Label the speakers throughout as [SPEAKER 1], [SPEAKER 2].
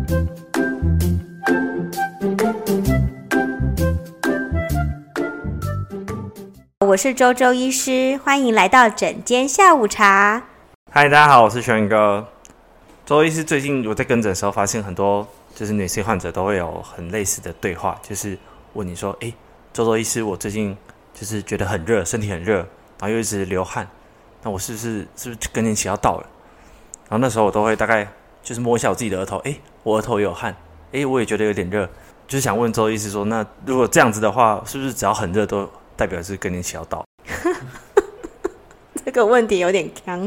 [SPEAKER 1] 我是周周医师，欢迎来到诊间下午茶。
[SPEAKER 2] 嗨，大家好，我是轩哥。周医师最近我在跟诊的时候，发现很多就是女性患者都会有很类似的对话，就是问你说：“周医师，我最近就是觉得很热，身体很热，然后又一直流汗，那我是不是更年期要到了？”然后那时候我都会大概就是摸一下我自己的额头，我额头也有汗，我也觉得有点热，就是想问周医师说，那如果这样子的话，是不是只要很热都代表是更年期要到？
[SPEAKER 1] 这个问题有点呛。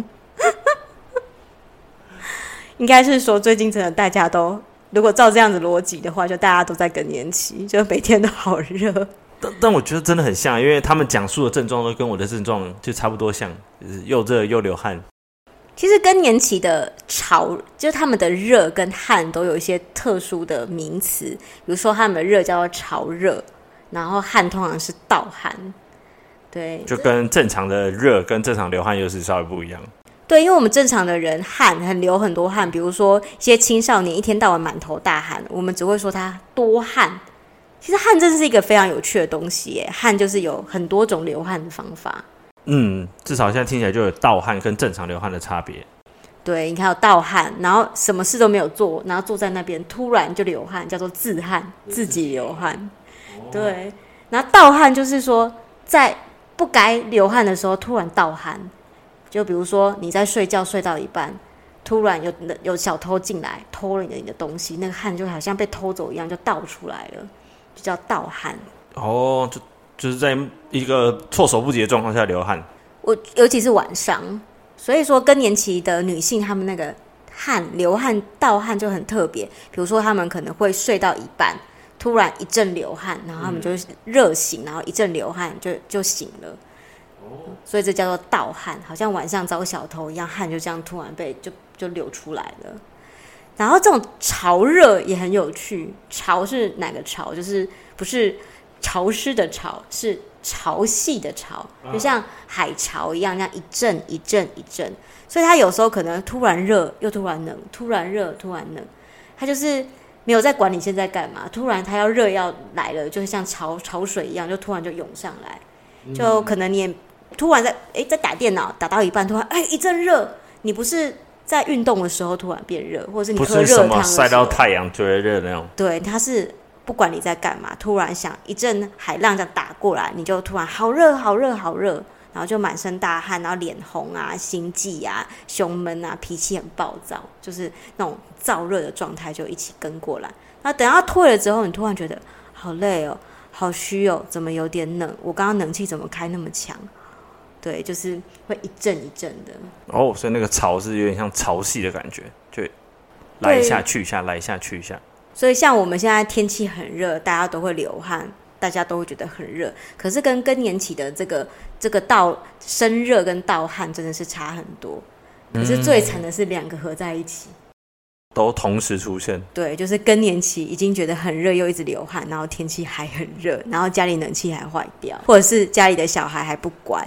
[SPEAKER 1] 应该是说最近真的大家都，如果照这样子逻辑的话，就大家都在更年期，就每天都好热。
[SPEAKER 2] 但我觉得真的很像，因为他们讲述的症状都跟我的症状就差不多像，就是又热又流汗。
[SPEAKER 1] 其实更年期的潮，就是他们的热跟汗都有一些特殊的名词，比如说他们的热叫做潮热，然后汗通常是盗汗。对，
[SPEAKER 2] 就跟正常的热跟正常流汗又是稍微不一样。
[SPEAKER 1] 对，因为我们正常的人很流很多汗，比如说一些青少年一天到晚满头大汗，我们只会说他多汗。其实汗真是一个非常有趣的东西耶，汗就是有很多种流汗的方法。
[SPEAKER 2] 至少现在听起来就有盗汗跟正常流汗的差别。
[SPEAKER 1] 对，你看有盗汗，然后什么事都没有做，然后坐在那边突然就流汗，叫做自汗，自己流汗。对，然后盗汗就是说在不该流汗的时候突然盗汗。就比如说你在睡觉睡到一半，突然有小偷进来偷了你的东西，那个汗就好像被偷走一样，就倒出来了，就叫盗汗。
[SPEAKER 2] 就是在一个措手不及的状况下流汗。
[SPEAKER 1] 尤其是晚上，所以说更年期的女性，她们那个流汗盗汗就很特别。比如说她们可能会睡到一半，突然一阵流汗，然后她们就热醒，然后一阵流汗就醒了。所以这叫做盗汗，好像晚上遭小偷一样，汗就这样突然就流出来了。然后这种潮热也很有趣，潮是哪个潮？就是不是潮湿的潮，是潮汐的潮，就像海潮一样，这样一阵一阵一阵。所以它有时候可能突然热又突然冷，突然热突然冷，它就是没有在管你现在干嘛，突然它要热要来了，就像潮水一样，就突然就涌上来。就可能你也突然在打电脑打到一半，突然一阵热，你不是在运动的时候突然变热，或者是你喝热汤的时候，不是什么晒
[SPEAKER 2] 到太阳就会热那种。
[SPEAKER 1] 对，它是不管你在干嘛，突然想一阵海浪这样打过来，你就突然好热好热好热，然后就满身大汗，然后脸红啊、心悸啊、胸闷啊、脾气很暴躁，就是那种燥热的状态就一起跟过来。然后等到退了之后，你突然觉得好累哦，好虚哦，怎么有点冷？我刚刚冷气怎么开那么强？对，就是会一阵一阵的。
[SPEAKER 2] 所以那个潮是有点像潮汐的感觉，就来一下去一下，来一下去一下。
[SPEAKER 1] 所以像我们现在天气很热，大家都会流汗，大家都会觉得很热。可是跟更年期的这个生热跟盗汗真的是差很多。可是最惨的是两个合在一起。
[SPEAKER 2] 都同时出现。
[SPEAKER 1] 对，就是更年期已经觉得很热，又一直流汗，然后天气还很热，然后家里冷气还坏掉，或者是家里的小孩还不乖。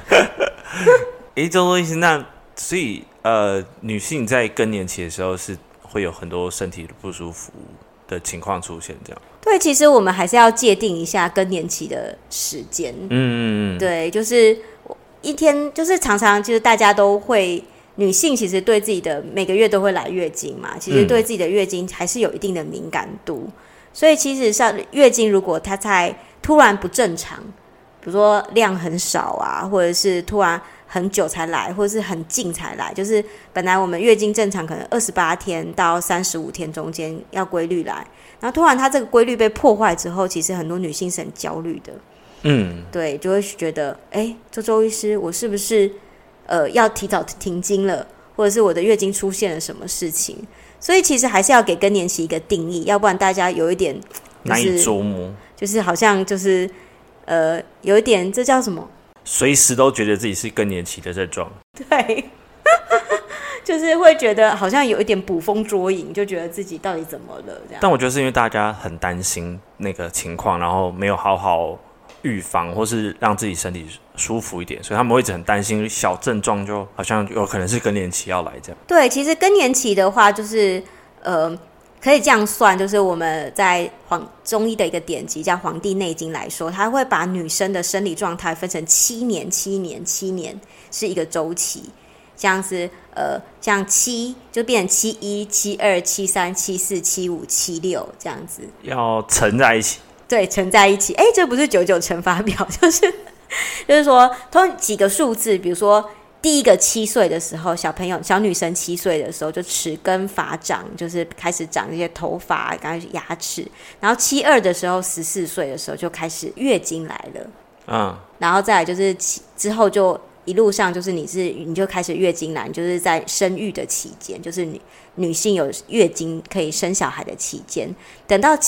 [SPEAKER 2] 周医师，那所以女性在更年期的时候是会有很多身体的不舒服的情况出现，这样？
[SPEAKER 1] 对，其实我们还是要界定一下更年期的时间。对，就是一天，就是常常就是大家都会。女性其实对自己的每个月都会来月经嘛，其实对自己的月经还是有一定的敏感度，所以其实上月经如果它才突然不正常，比如说量很少啊，或者是突然很久才来，或者是很近才来，就是本来我们月经正常可能28天到35天中间要规律来，然后突然它这个规律被破坏之后，其实很多女性是很焦虑的。对，就会觉得周医师，我是不是要提早停经了，或者是我的月经出现了什么事情？所以其实还是要给更年期一个定义，要不然大家有一点
[SPEAKER 2] 难以捉摸，
[SPEAKER 1] 就是好像就是有一点这叫什么？
[SPEAKER 2] 随时都觉得自己是更年期的症状。
[SPEAKER 1] 对，就是会觉得好像有一点捕风捉影，就觉得自己到底怎么了这样。
[SPEAKER 2] 但我觉得是因为大家很担心那个情况，然后没有好好预防，或是让自己身体舒服一点，所以他们会一直很担心小症状，就好像有可能是更年期要来这样。
[SPEAKER 1] 对，其实更年期的话，就是可可以这样算，就是我们在中医的一个典籍叫《黄帝内经》来说，它会把女生的生理状态分成7年是一个周期，像是像7就变成71、72、73、74、75、76这样子，
[SPEAKER 2] 要乘在一起。
[SPEAKER 1] 对，乘在一起。这不是99乘法表，就是说，通几个数字，比如说第一个7岁的时候，小女生7岁的时候就齿根发长，就是开始长一些头发，刚开始牙齿。然后72的时候，14岁的时候就开始月经来了。然后再来就是之后就一路上就是你就开始月经来，你就是在生育的期间，就是女性有月经可以生小孩的期间。等到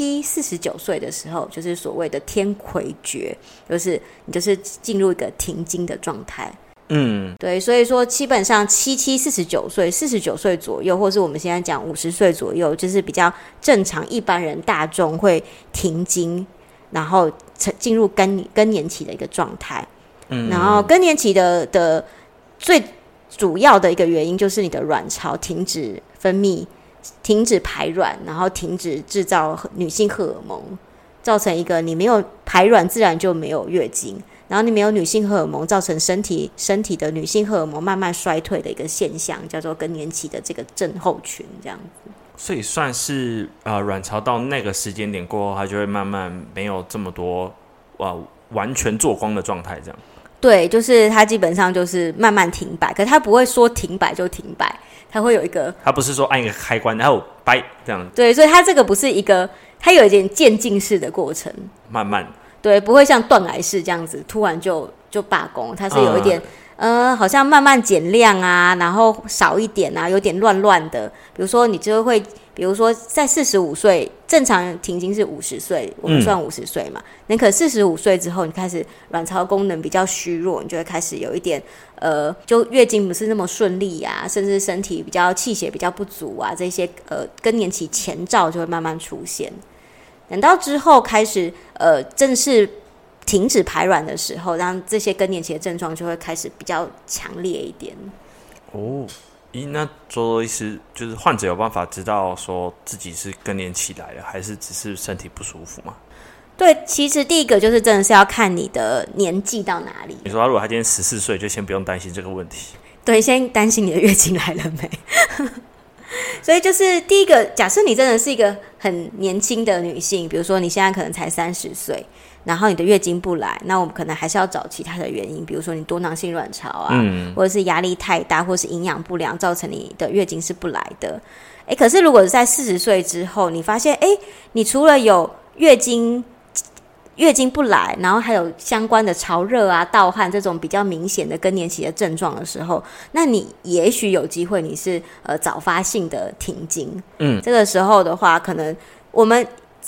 [SPEAKER 1] 49岁的时候，就是所谓的天魁绝，就是你就是进入一个停经的状态。对，所以说基本上49岁左右，或是我们现在讲50岁左右，就是比较正常一般人大众会停经，然后进入更年期的一个状态。然后更年期的最主要的一个原因就是你的卵巢停止分泌、停止排卵，然后停止制造女性荷尔蒙，造成一个你没有排卵自然就没有月经，然后你没有女性荷尔蒙，造成身体的女性荷尔蒙慢慢衰退的一个现象，叫做更年期的这个症候群这样子。
[SPEAKER 2] 所以算是卵巢到那个时间点过后，它就会慢慢没有这么多完全做光的状态这样。
[SPEAKER 1] 对，就是它基本上就是慢慢停摆，可是它不会说停摆就停摆，它会有一个，
[SPEAKER 2] 它不是说按一个开关然后掰这样。
[SPEAKER 1] 对，所以它这个不是一个，它有一点渐进式的过程，
[SPEAKER 2] 慢慢。
[SPEAKER 1] 对，不会像断崖式这样子突然就罢工，它是有一点好像慢慢减量啊，然后少一点啊，有点乱乱的。比如说你就会，比如说在45岁，正常停经是50岁，我们算50岁嘛。你可45岁之后，你开始卵巢功能比较虚弱，你就会开始有一点就月经不是那么顺利啊，甚至身体比较气血比较不足啊，这些更年期前兆就会慢慢出现。等到之后开始正式停止排卵的时候，让这些更年期的症状就会开始比较强烈一点。
[SPEAKER 2] 那周周医师就是患者有办法知道说自己是更年期来了，还是只是身体不舒服吗？
[SPEAKER 1] 对，其实第一个就是真的是要看你的年纪到哪里。
[SPEAKER 2] 你说如果他今天14岁，就先不用担心这个问题。
[SPEAKER 1] 对，先担心你的月经来了没。所以就是第一个，假设你真的是一个很年轻的女性，比如说你现在可能才30岁，然后你的月经不来，那我们可能还是要找其他的原因，比如说你多囊性卵巢啊，或者是压力太大，或是营养不良造成你的月经是不来的。可是如果在40岁之后，你发现你除了有月经不来，然后还有相关的潮热啊、盗汗这种比较明显的更年期的症状的时候，那你也许有机会你是早发性的停经。这个时候的话，可能我们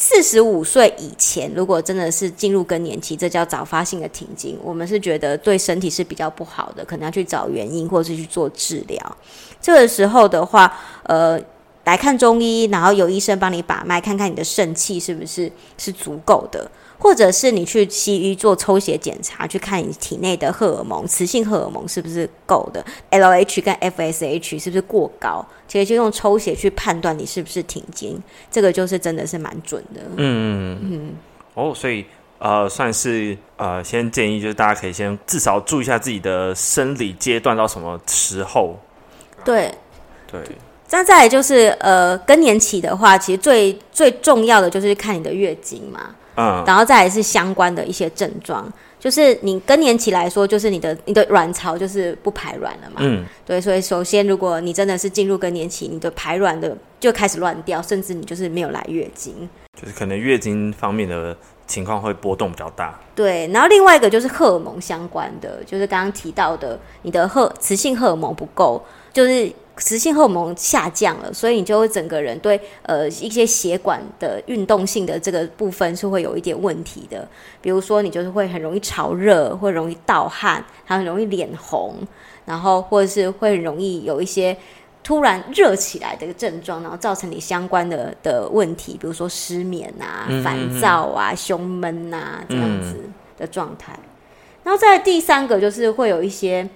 [SPEAKER 1] 45岁以前，如果真的是进入更年期，这叫早发性的停经，我们是觉得对身体是比较不好的，可能要去找原因或是去做治疗。这个时候的话，来看中医，然后有医生帮你把脉，看看你的肾气是不是足够的。或者是你去西医做抽血检查，去看你体内的荷尔蒙，雌性荷尔蒙是不是够的 ，LH 跟 FSH 是不是过高，其实就用抽血去判断你是不是停经，这个就是真的是蛮准的。
[SPEAKER 2] 所以算是先建议就是大家可以先至少注意一下自己的生理阶段到什么时候。
[SPEAKER 1] 对。再来就是更年期的话，其实最重要的就是看你的月经嘛。然后再来是相关的一些症状，就是你更年期来说，就是你的卵巢就是不排卵了嘛。对，所以首先如果你真的是进入更年期，你的排卵的就开始乱掉，甚至你就是没有来月经，
[SPEAKER 2] 就是可能月经方面的情况会波动比较大。
[SPEAKER 1] 对，然后另外一个就是荷尔蒙相关的，就是刚刚提到的，你的雌性荷尔蒙不够，就是雌性荷尔蒙下降了，所以你就会整个人对一些血管的运动性的这个部分是会有一点问题的。比如说你就是会很容易潮热，会容易盗汗，还很容易脸红，然后或者是会很容易有一些突然热起来的一个症状，然后造成你相关的问题，比如说失眠啊、烦躁啊、胸闷啊这样子的状态。然后再来第三个就是会有一些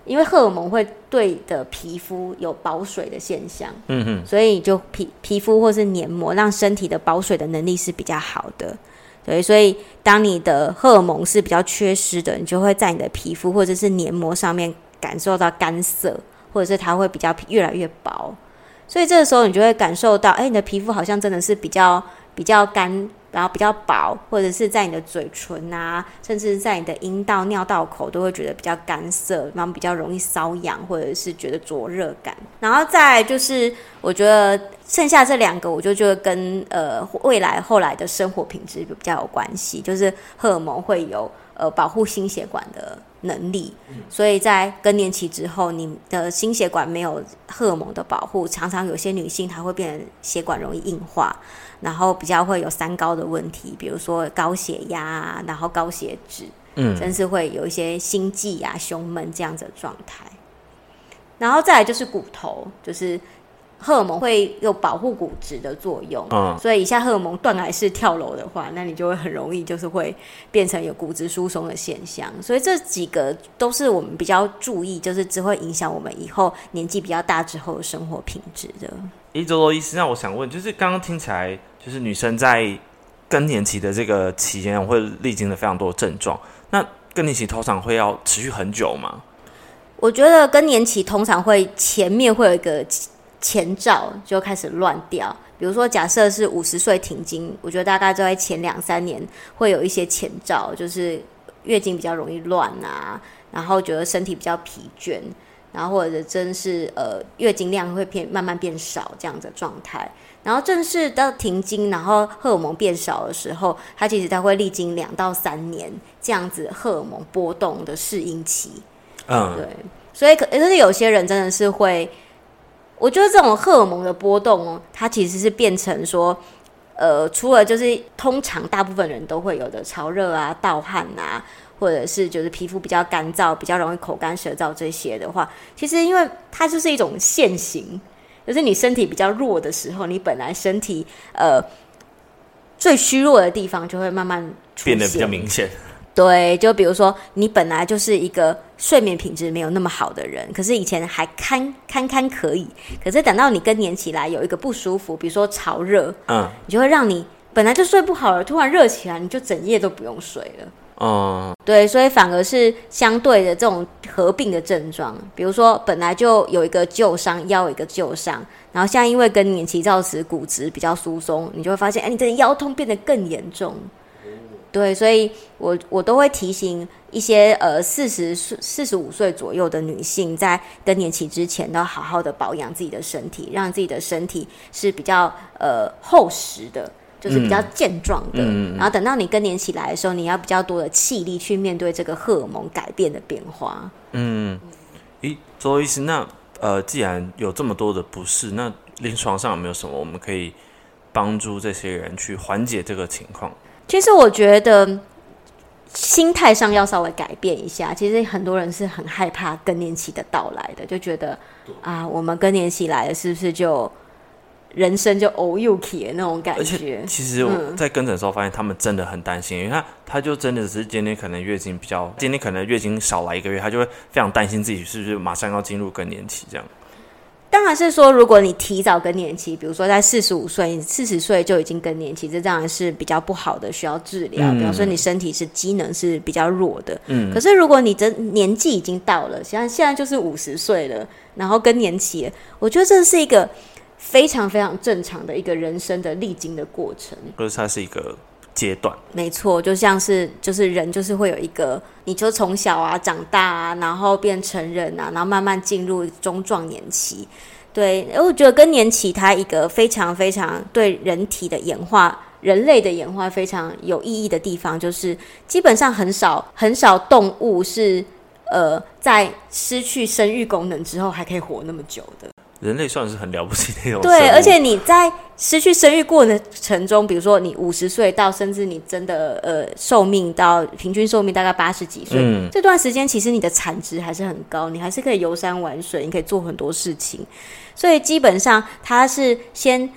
[SPEAKER 1] 因为荷尔蒙会对的皮肤有保水的现象，所以就皮肤或是黏膜让身体的保水的能力是比较好的。对，所以当你的荷尔蒙是比较缺失的，你就会在你的皮肤或者是黏膜上面感受到干涩，或者是它会比较越来越薄。所以这个时候你就会感受到，你的皮肤好像真的是比较干，然后比较薄，或者是在你的嘴唇啊，甚至在你的阴道、尿道口都会觉得比较干涩，然后比较容易瘙痒，或者是觉得灼热感。然后再来就是我觉得剩下这2个，我就觉得跟后来的生活品质比较有关系，就是荷尔蒙会有保护心血管的能力，所以在更年期之后，你的心血管没有荷尔蒙的保护，常常有些女性她会变成血管容易硬化，然后比较会有3高的问题，比如说高血压啊，然后高血脂，甚至会有一些心悸啊、胸闷这样子的状态。然后再来就是骨头，就是荷尔蒙会有保护骨质的作用，所以一下荷尔蒙断崖式跳楼的话，那你就会很容易就是会变成有骨质疏松的现象。所以这几个都是我们比较注意，就是只会影响我们以后年纪比较大之后的生活品质的。
[SPEAKER 2] 周周医师，那我想问，就是刚刚听起来，就是女生在更年期的这个期间会历经了非常多的症状，那更年期通常会要持续很久吗？
[SPEAKER 1] 我觉得更年期通常会前面会有一个前兆就开始乱掉，比如说假设是50岁停经，我觉得大概就在前2-3年会有一些前兆，就是月经比较容易乱啊，然后觉得身体比较疲倦，然后或者真是月经量会慢慢变少这样的状态。然后正式到停经，然后荷尔蒙变少的时候，它其实会历经2到3年这样子荷尔蒙波动的适应期。对，所以可是有些人真的是会，我觉得这种荷尔蒙的波动它其实是变成说，除了就是通常大部分人都会有的潮热啊、盗汗啊，或者是就是皮肤比较干燥、比较容易口干舌燥这些的话，其实因为它就是一种现形，就是你身体比较弱的时候，你本来身体最虚弱的地方就会慢慢出现，
[SPEAKER 2] 变得比较明显。
[SPEAKER 1] 对，就比如说你本来就是一个睡眠品质没有那么好的人，可是以前还堪可以，可是等到你更年期来有一个不舒服，比如说潮热，你就会让你本来就睡不好了，突然热起来，你就整夜都不用睡了。对，所以反而是相对的这种合并的症状，比如说本来就有一个旧伤，腰有一个旧伤，然后现在因为更年期造成骨质比较疏松，你就会发现，你的腰痛变得更严重。对，所以我都会提醒一些45岁左右的女性，在更年期之前都要好好的保养自己的身体，让自己的身体是比较厚实的，就是比较健壮的。然后等到你更年期来的时候，你要比较多的气力去面对这个荷尔蒙改变的变化。
[SPEAKER 2] 周医师，那既然有这么多的不适，那临床上有没有什么我们可以帮助这些人去缓解这个情况？
[SPEAKER 1] 其实我觉得心态上要稍微改变一下。其实很多人是很害怕更年期的到来的，就觉得我们更年期来了，是不是就人生就欧又起的那种感觉？
[SPEAKER 2] 而且其实我在跟诊的时候发现，他们真的很担心，因为他就真的只是今天可能月经少来1个月，他就会非常担心自己是不是马上要进入更年期这样。
[SPEAKER 1] 当然是说，如果你提早更年期，比如说在45岁、40岁就已经更年期，这当然是比较不好的，需要治疗。比方说你身体是机能是比较弱的。可是如果你的年纪已经到了，现在就是50岁了，然后更年期了，我觉得这是一个非常非常正常的一个人生的历经的过程。
[SPEAKER 2] 就是它是一个阶段，
[SPEAKER 1] 没错，就像是就是人就是会有一个，你就从小长大啊，然后变成人啊，然后慢慢进入中壮年期。对，我觉得更年期它一个非常非常对人体的演化、人类的演化非常有意义的地方，就是基本上很少动物是在失去生育功能之后还可以活那么久的。
[SPEAKER 2] 人类算是很了不起的一种生物。
[SPEAKER 1] 对，而且你在失去生育过程中，比如说你50岁到甚至你真的寿命到平均寿命大概80几岁，这段时间其实你的产值还是很高，你还是可以游山玩水，你可以做很多事情。所以基本上它是先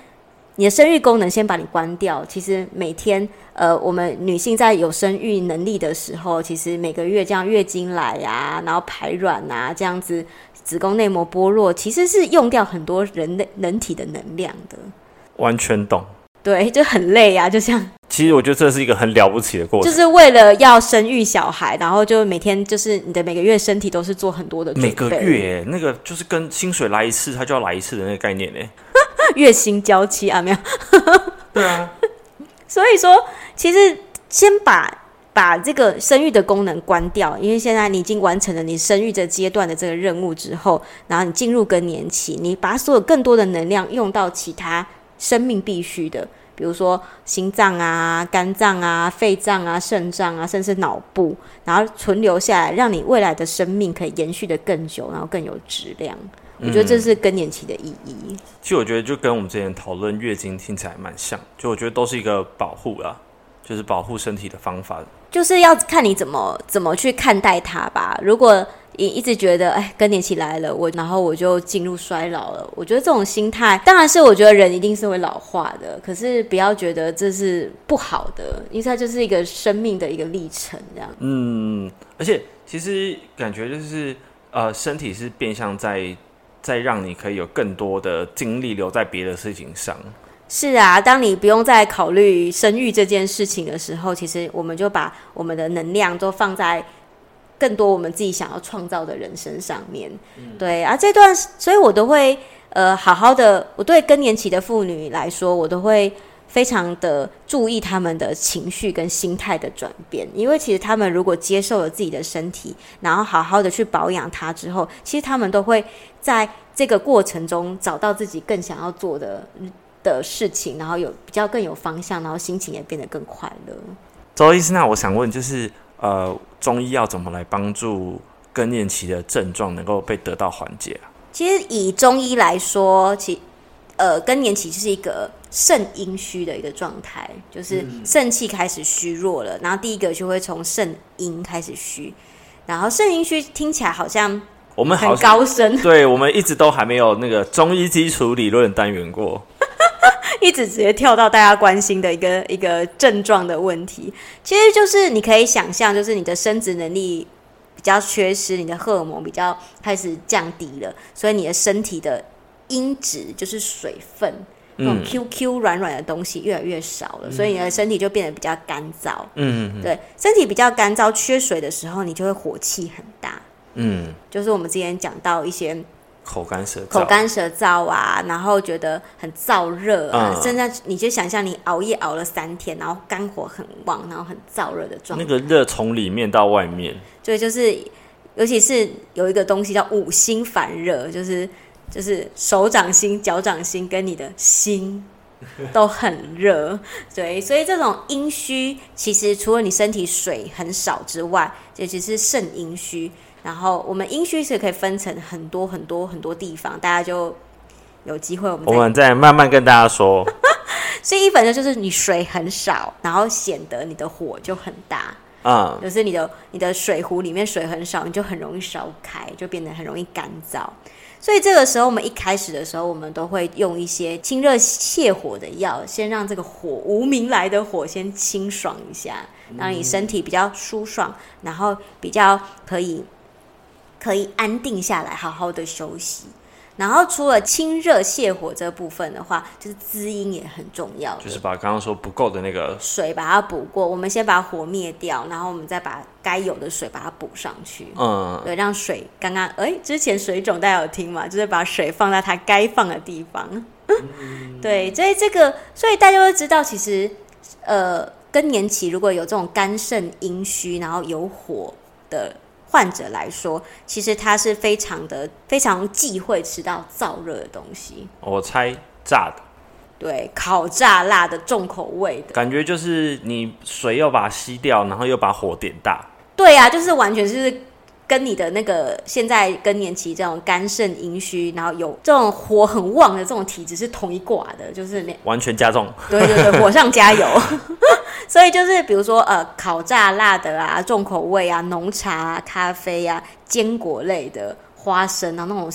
[SPEAKER 1] 你的生育功能先把你关掉，其实每天我们女性在有生育能力的时候，其实每个月这样月经来啊，然后排卵啊，这样子子宫内膜剥落，其实是用掉很多人体的能量的。
[SPEAKER 2] 完全懂。
[SPEAKER 1] 对，就很累啊，就这样。
[SPEAKER 2] 其实我觉得这是一个很了不起的过程，
[SPEAKER 1] 就是为了要生育小孩，然后就每天就是你的每个月身体都是做很多的准备。
[SPEAKER 2] 每个月那个就是跟薪水来一次，它就要来一次的那个概念呢。
[SPEAKER 1] 月薪娇妻啊，没有？
[SPEAKER 2] 对啊。
[SPEAKER 1] 所以说，其实先把这个生育的功能关掉，因为现在你已经完成了你生育这阶段的这个任务之后，然后你进入更年期，你把所有更多的能量用到其他生命必须的，比如说心脏啊、肝脏啊、肺脏啊、肾脏啊，甚至脑部，然后存留下来，让你未来的生命可以延续的更久，然后更有质量。我觉得这是更年期的意义。
[SPEAKER 2] 其实我觉得就跟我们之前讨论月经听起来蛮像，就我觉得都是一个保护啦，就是保护身体的方法。
[SPEAKER 1] 就是要看你怎么去看待它吧。如果你一直觉得更年期来了，然后我就进入衰老了，我觉得这种心态，当然是我觉得人一定是会老化的，可是不要觉得这是不好的，因为它就是一个生命的一个历程这样。
[SPEAKER 2] 而且其实感觉就是身体是变相在让你可以有更多的精力留在别的事情上。
[SPEAKER 1] 是啊，当你不用再考虑生育这件事情的时候，其实我们就把我们的能量都放在更多我们自己想要创造的人身上面。对啊，这段所以我都会好好的，我对更年期的妇女来说，我都会非常的注意他们的情绪跟心态的转变，因为其实他们如果接受了自己的身体，然后好好的去保养它之后，其实他们都会在这个过程中找到自己更想要做的事情，然后更有方向，然后心情也变得更快乐。
[SPEAKER 2] 周医师，那我想问就是中医要怎么来帮助更年期的症状能够被得到缓解啊？
[SPEAKER 1] 其实以中医来说，更年期就是一个肾阴虚的一个状态，就是肾气开始虚弱了，然后第一个就会从肾阴开始虚，然后肾阴虚听起来好像
[SPEAKER 2] 我们
[SPEAKER 1] 很高深，
[SPEAKER 2] 对，我们一直都还没有那个中医基础理论单元过。
[SPEAKER 1] 一直直接跳到大家关心的一个症状的问题，其实就是你可以想象，就是你的生殖能力比较缺失，你的荷尔蒙比较开始降低了，所以你的身体的阴质就是水分，那种 QQ 软软的东西越来越少了，所以你的身体就变得比较干燥。对，身体比较干燥、缺水的时候，你就会火气很大。就是我们之前讲到一些
[SPEAKER 2] 口干舌
[SPEAKER 1] 燥啊，然后觉得很燥热啊，甚至你就想象你熬夜熬了3天，然后肝火很旺，然后很燥热的状态，
[SPEAKER 2] 那个热从里面到外面。
[SPEAKER 1] 对，就是尤其是有一个东西叫五心烦热，就是手掌心、脚掌心跟你的心都很热。对，所以这种阴虚，其实除了你身体水很少之外，尤其是肾阴虚。然后我们阴虚是可以分成很多很多很多地方，大家就有机会我们
[SPEAKER 2] 再慢慢跟大家说。
[SPEAKER 1] 所以反正就是你水很少，然后显得你的火就很大。就是你的水壶里面水很少，你就很容易烧开，就变得很容易干燥。所以这个时候我们一开始的时候，我们都会用一些清热泻火的药，先让这个火无名来的火先清爽一下，让你身体比较舒爽，然后比较可以安定下来，好好的休息。然后除了清热泻火这部分的话，就是滋阴也很重要的，
[SPEAKER 2] 就是把刚刚说不够的那个
[SPEAKER 1] 水把它补过。我们先把火灭掉，然后我们再把该有的水把它补上去。对，让水刚刚之前水肿大家有听吗？就是把水放在它该放的地方。对，所以大家会知道，其实更年期如果有这种肝肾阴虚，然后有火的患者来说，其实他是非常忌讳吃到燥热的东西。
[SPEAKER 2] 我猜炸的，
[SPEAKER 1] 对，烤炸辣的重口味的感
[SPEAKER 2] 觉，就是你水又把它吸掉，然后又把火点大。
[SPEAKER 1] 对啊，就是完全是跟你的那个现在更年期这种肝肾阴虚，然后有这种火很旺的这种体质是同一卦的，就是
[SPEAKER 2] 完全加重。
[SPEAKER 1] 对对对，火上加油。所以就是比如说烤炸辣的啊，重口味啊，浓茶啊，咖啡啊，坚果类的，花生啊，那种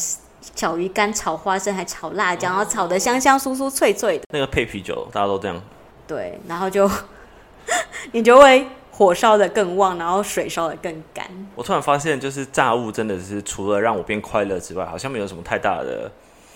[SPEAKER 1] 小鱼干炒花生还炒辣椒，然后炒得香香酥酥脆脆的，
[SPEAKER 2] 那个配啤酒大家都这样。
[SPEAKER 1] 对，然后就你就会火烧得更旺，然后水烧得更干。
[SPEAKER 2] 我突然发现，就是炸物真的是除了让我变快乐之外，好像没有什么太大的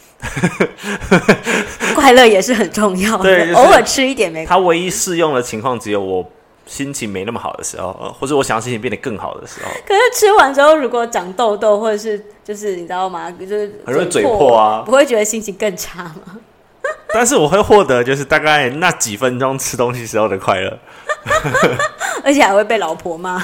[SPEAKER 1] 快乐也是很重要的，
[SPEAKER 2] 对，就是
[SPEAKER 1] 偶尔吃一点没关系。
[SPEAKER 2] 它唯一适用的情况只有我心情没那么好的时候，或者我想要心情变得更好的时候。
[SPEAKER 1] 可是吃完之后，如果长痘痘，或者是就是你知道吗？就是
[SPEAKER 2] 很容易嘴破啊，
[SPEAKER 1] 不会觉得心情更差吗？
[SPEAKER 2] 但是我会获得就是大概那几分钟吃东西时候的快乐，
[SPEAKER 1] 而且还会被老婆骂。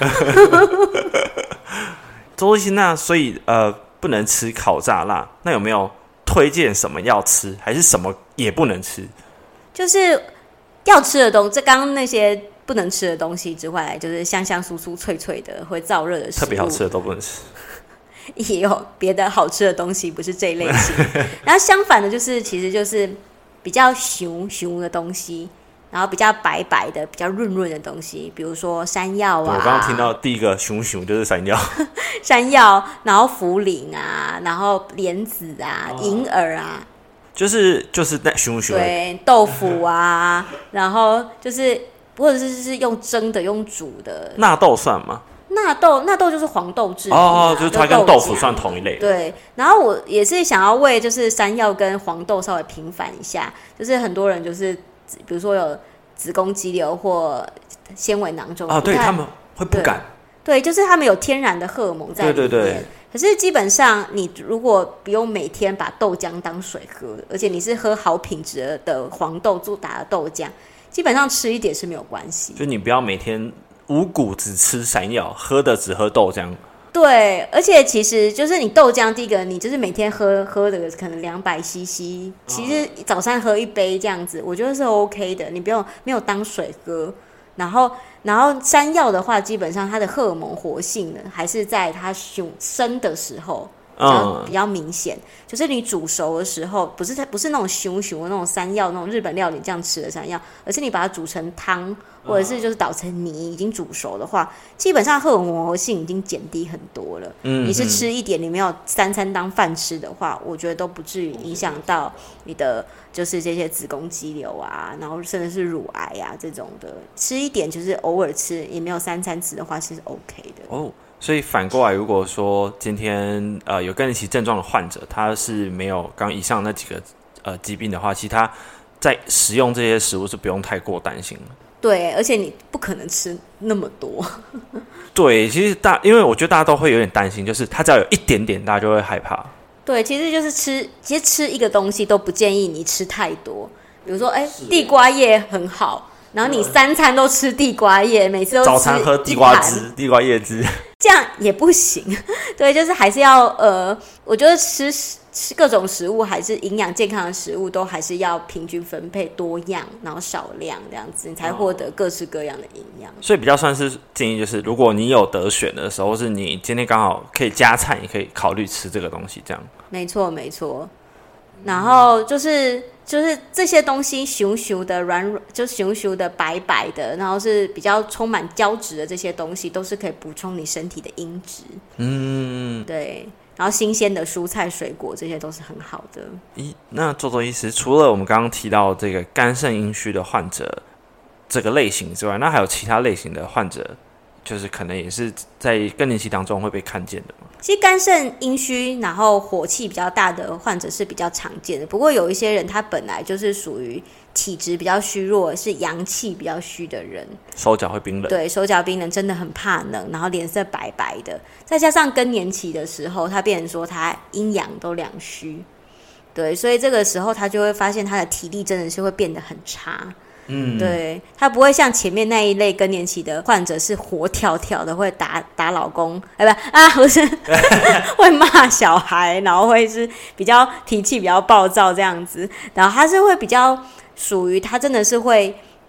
[SPEAKER 2] 周医师，那所以不能吃烤炸辣，那有没有推荐什么要吃，还是什么也不能吃？
[SPEAKER 1] 就是要吃的东西，刚刚那些不能吃的东西之外，就是香香酥酥脆脆的会燥热的食物，
[SPEAKER 2] 特别好吃的都不能吃。
[SPEAKER 1] 也有别的好吃的东西，不是这一类型。然后相反的，就是其实就是比较熊熊的东西，然后比较白白的、比较润润的东西，比如说山药啊。
[SPEAKER 2] 我刚刚听到第一个熊熊就是山药，
[SPEAKER 1] 山药，然后茯苓啊，然后莲子啊、银耳啊，
[SPEAKER 2] 就是那熊熊。
[SPEAKER 1] 对，豆腐啊，然后就是或者是用蒸的、用煮的。
[SPEAKER 2] 纳豆算吗？
[SPEAKER 1] 纳豆就是黄豆制品
[SPEAKER 2] 就是它跟豆腐算同一类。
[SPEAKER 1] 对，然后我也是想要为就是山药跟黄豆稍微平反一下，就是很多人就是比如说有子宫肌瘤或纤维囊肿
[SPEAKER 2] 对他们会不敢。
[SPEAKER 1] 对，就是他们有天然的荷尔蒙在里面。对。可是基本上，你如果不用每天把豆浆当水喝，而且你是喝好品质的黄豆做打的豆浆，基本上吃一点是没有关系。
[SPEAKER 2] 就你不要每天五谷只吃山药，喝的只喝豆浆。
[SPEAKER 1] 对，而且其实就是你豆浆，第一个你就是每天喝的可能200cc，其实早上喝一杯这样子，我觉得是 OK 的，你没有当水喝。然后山药的话，基本上它的荷尔蒙活性呢，还是在它生的时候比较明显。就是你煮熟的时候，不是那种熊熊的那种山药，那种日本料理这样吃的山药，而是你把它煮成汤，或者是就是捣成泥，已经煮熟的话，基本上荷尔蒙活性已经减低很多了。你是吃一点，你没有三餐当饭吃的话，我觉得都不至于影响到你的就是这些子宫肌瘤啊，然后甚至是乳癌啊这种的。吃一点就是偶尔吃，也没有三餐吃的话是 OK 的。
[SPEAKER 2] 所以反过来，如果说今天有更年期症状的患者，他是没有刚以上那几个疾病的话，其实他在食用这些食物是不用太过担心了。
[SPEAKER 1] 对，而且你不可能吃那么多。
[SPEAKER 2] 对，其实因为我觉得大家都会有点担心，就是他只要有一点点，大家就会害怕。
[SPEAKER 1] 对，其实就是其实吃一个东西都不建议你吃太多。比如说，地瓜叶很好，然后你3餐都吃地瓜叶，每次都吃
[SPEAKER 2] 早餐喝地瓜汁、地瓜叶汁，
[SPEAKER 1] 这样也不行。对，就是还是要我觉得吃各种食物，还是营养健康的食物，都还是要平均分配，多样，然后少量这样子，你才获得各式各样的营养。
[SPEAKER 2] 所以比较算是建议，就是如果你有得选的时候，或是你今天刚好可以加菜，也可以考虑吃这个东西，这样。
[SPEAKER 1] 没错，没错。然后就是这些东西熊熊的就熊熊的白白的，然后是比较充满胶质的这些东西，都是可以补充你身体的阴质。对。然后新鲜的蔬菜水果，这些都是很好的。
[SPEAKER 2] 那周医师，除了我们刚刚提到这个肝肾阴虚的患者这个类型之外，那还有其他类型的患者，就是可能也是在更年期当中会被看见的吗？
[SPEAKER 1] 其实肝肾阴虚，然后火气比较大的患者是比较常见的。不过有一些人他本来就是属于体质比较虚弱，是阳气比较虚的人，
[SPEAKER 2] 手脚会冰冷。
[SPEAKER 1] 对，手脚冰冷，真的很怕冷，然后脸色白白的，再加上更年期的时候，他变成说他阴阳都两虚，对，所以这个时候他就会发现他的体力真的是会变得很差。对，他不会像前面那一类更年期的患者是活跳跳的，会打老公，不是会骂小孩，然后会是比较脾气比较暴躁这样子，然后他是会比较属于他真的是会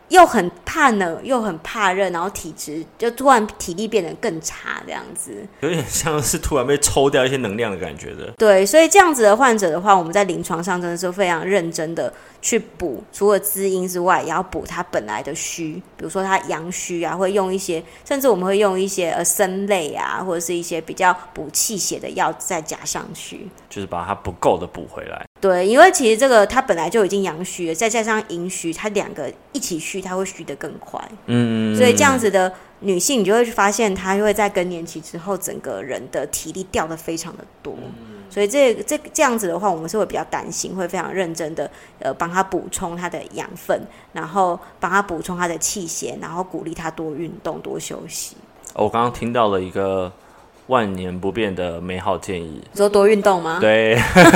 [SPEAKER 1] 又很怕冷又很怕热，然后体质就突然体力变得更差，这样子
[SPEAKER 2] 有点像是突然被抽掉一些能量的感觉的。
[SPEAKER 1] 对，所以这样子的患者的话，我们在临床上真的是非常认真的去补，除了滋阴之外，也要补他本来的虚，比如说他阳虚啊，会用一些，甚至我们会用一些参类啊，或者是一些比较补气血的药再加上去，
[SPEAKER 2] 就是把它不够的补回来。
[SPEAKER 1] 对，因为其实这个它本来就已经阳虚了，再加上阴虚，它两个一起虚，它会虚得更快。所以这样子的女性，你就会发现她会在更年期之后，整个人的体力掉得非常的多。所以这样子的话，我们是会比较担心，会非常认真的帮她补充她的养分，然后帮她补充她的气血，然后鼓励她多运动、多休息。
[SPEAKER 2] 我刚刚听到了一个万年不变的美好建议，
[SPEAKER 1] 你说多运动吗？
[SPEAKER 2] 对。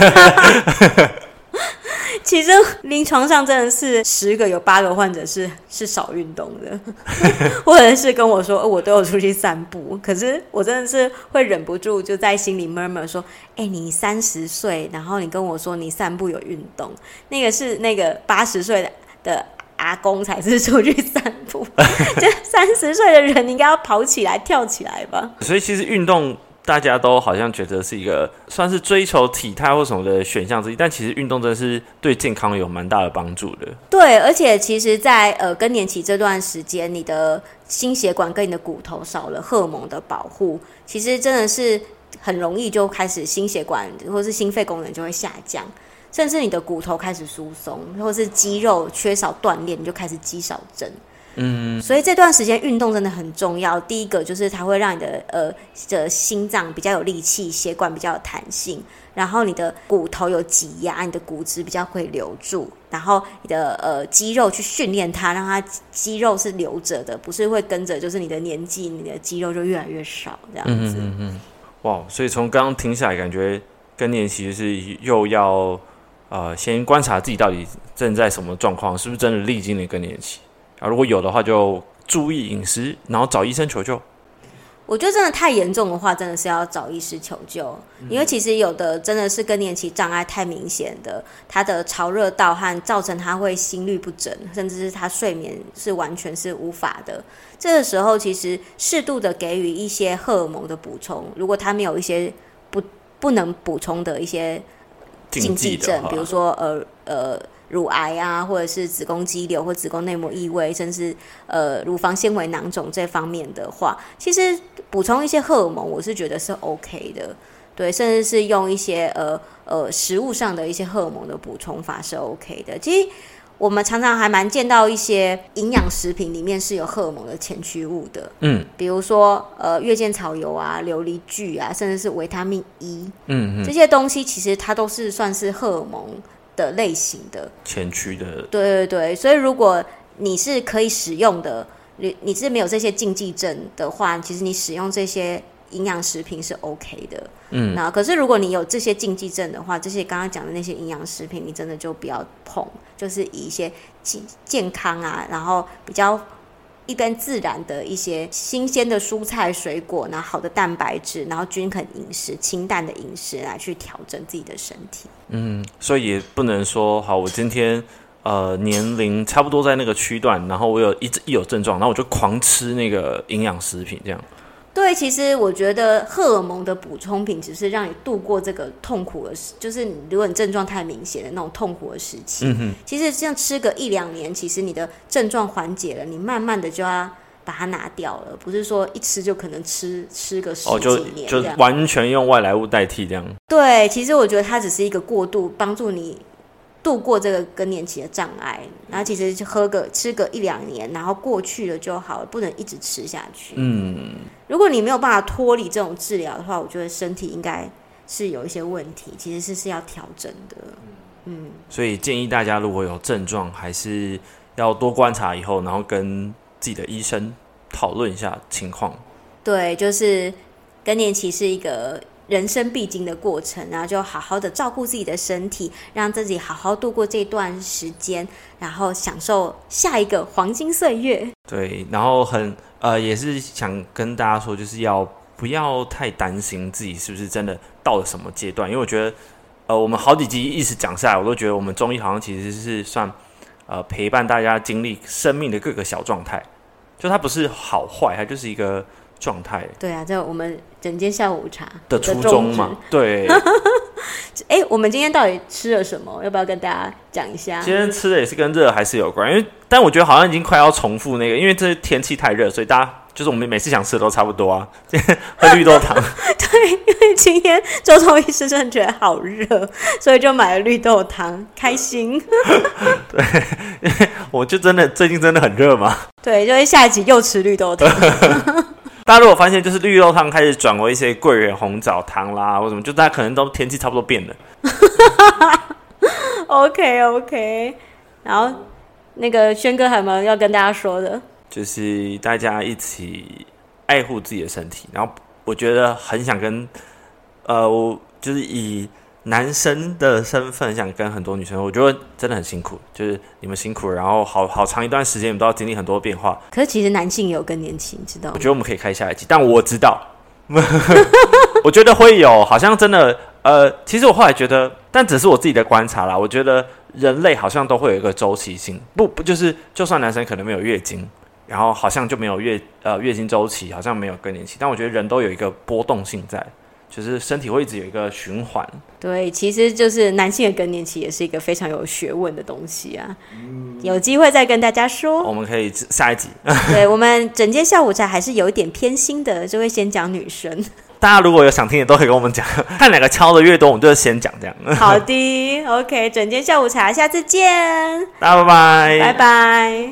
[SPEAKER 1] 其实临床上真的是10个有8个患者是少运动的，或者是跟我说我都有出去散步，可是我真的是会忍不住就在心里 murmur 说，你30岁，然后你跟我说你散步有运动，那个是那个80岁的阿公才是出去散步，就30岁的人你应该要跑起来跳起来吧。
[SPEAKER 2] 所以其实运动大家都好像觉得是一个算是追求体态或什么的选项之一，但其实运动真的是对健康有蛮大的帮助的。
[SPEAKER 1] 对，而且其实在更年期这段时间，你的心血管跟你的骨头少了荷尔蒙的保护，其实真的是很容易就开始心血管或是心肺功能就会下降，甚至你的骨头开始疏松，或是肌肉缺少锻炼，你就开始肌少症。所以这段时间运动真的很重要。第一个就是它会让你的心脏比较有力气，血管比较有弹性，然后你的骨头有挤压，你的骨质比较会留住，然后你的肌肉去训练它，让它肌肉是留着的，不是会跟着就是你的年纪，你的肌肉就越来越少这样子。
[SPEAKER 2] 哇，所以从刚刚听下来，感觉更年期就是又要先观察自己到底正在什么状况，是不是真的历经了更年期。如果有的话，就注意饮食，然后找医生求救。
[SPEAKER 1] 我觉得真的太严重的话，真的是要找医师求救，因为其实有的真的是更年期障碍太明显的，他的潮热盗汗造成他会心律不整，甚至是他睡眠是完全是无法的。这个时候，其实适度的给予一些荷尔蒙的补充，如果他没有一些不能补充的一些禁忌症，比如说乳癌啊，或者是子宫肌瘤或子宫内膜异位，甚至乳房纤维囊肿这方面的话，其实补充一些荷尔蒙，我是觉得是 OK 的。对，甚至是用一些食物上的一些荷尔蒙的补充法是 OK 的。其实我们常常还蛮见到一些营养食品里面是有荷尔蒙的前驱物的，比如说月见草油啊、琉璃聚啊，甚至是维他命 E，这些东西其实它都是算是荷尔蒙的类型的
[SPEAKER 2] 前驱的。
[SPEAKER 1] 对对对，所以如果你是可以使用的，你是没有这些禁忌症的话，其实你使用这些营养食品是 OK 的。那可是如果你有这些禁忌症的话，这些刚刚讲的那些营养食品，你真的就不要碰，就是以一些健康啊，然后比较一般自然的一些新鲜的蔬菜水果，然后好的蛋白质，然后均衡饮食、清淡的饮食来去调整自己的身体。
[SPEAKER 2] 所以也不能说好，我今天年龄差不多在那个区段，然后我一有症状，然后我就狂吃那个营养食品这样。
[SPEAKER 1] 对，其实我觉得荷尔蒙的补充品只是让你度过这个痛苦的，就是如果你症状太明显的那种痛苦的时期，其实这样吃个1-2年，其实你的症状缓解了，你慢慢的就要把它拿掉了，不是说一吃就可能吃个10几年
[SPEAKER 2] 就完全用外来物代替这样。
[SPEAKER 1] 对，其实我觉得它只是一个过渡，帮助你度过这个更年期的障碍，然后其实就吃个1-2年，然后过去了就好了，不能一直吃下去。如果你没有办法脱离这种治疗的话，我觉得身体应该是有一些问题，其实是要调整的。
[SPEAKER 2] 所以建议大家如果有症状，还是要多观察以后，然后跟自己的医生讨论一下情况。
[SPEAKER 1] 对，就是更年期是一个人生必经的过程，然后就好好的照顾自己的身体，让自己好好度过这段时间，然后享受下一个黄金岁月。
[SPEAKER 2] 对，然后也是想跟大家说，就是不要太担心自己是不是真的到了什么阶段，因为我觉得我们好几集一直讲下来，我都觉得我们中医好像其实是算陪伴大家经历生命的各个小状态，就它不是好坏，它就是一个状态。
[SPEAKER 1] 对啊，这我们整间下午茶
[SPEAKER 2] 的初衷嘛，对。
[SPEAKER 1] 我们今天到底吃了什么？要不要跟大家讲一下？
[SPEAKER 2] 今天吃的也是跟热还是有关，但我觉得好像已经快要重复那个，因为这天气太热，所以大家就是我们每次想吃的都差不多啊。今天喝绿豆汤，
[SPEAKER 1] 对，因为今天周医师真的觉得好热，所以就买了绿豆汤，开心。
[SPEAKER 2] 对，因为我就真的最近真的很热嘛。
[SPEAKER 1] 对，就会下一集又吃绿豆汤。
[SPEAKER 2] 大家如果发现就是绿豆汤开始转为一些桂圆红枣汤啦，或什么，就大家可能都天气差不多变了。
[SPEAKER 1] OK， 然后那个轩哥还有没有要跟大家说的？
[SPEAKER 2] 就是大家一起爱护自己的身体，然后我觉得很想跟我就是以男生的身份想跟很多女生，我觉得真的很辛苦，就是你们辛苦了，然后好长一段时间你们都要经历很多变化。
[SPEAKER 1] 可是其实男性也有更年期，你知道吗？
[SPEAKER 2] 我觉得我们可以开下一集，但我知道，我觉得会有，好像真的其实我后来觉得，但只是我自己的观察啦。我觉得人类好像都会有一个周期性，不就是就算男生可能没有月经，然后好像就没有月经周期，好像没有更年期，但我觉得人都有一个波动性在。就是身体会一直有一个循环，
[SPEAKER 1] 对，其实就是男性的更年期也是一个非常有学问的东西啊。有机会再跟大家说，
[SPEAKER 2] 我们可以下一集。
[SPEAKER 1] 对，我们整间下午茶还是有一点偏心的，就会先讲女生。
[SPEAKER 2] 大家如果有想听的，都可以跟我们讲，看哪个敲的越多，我们就先讲这样。
[SPEAKER 1] 好的 ，OK， 整间下午茶，下次见，
[SPEAKER 2] 大家拜拜，
[SPEAKER 1] 拜拜。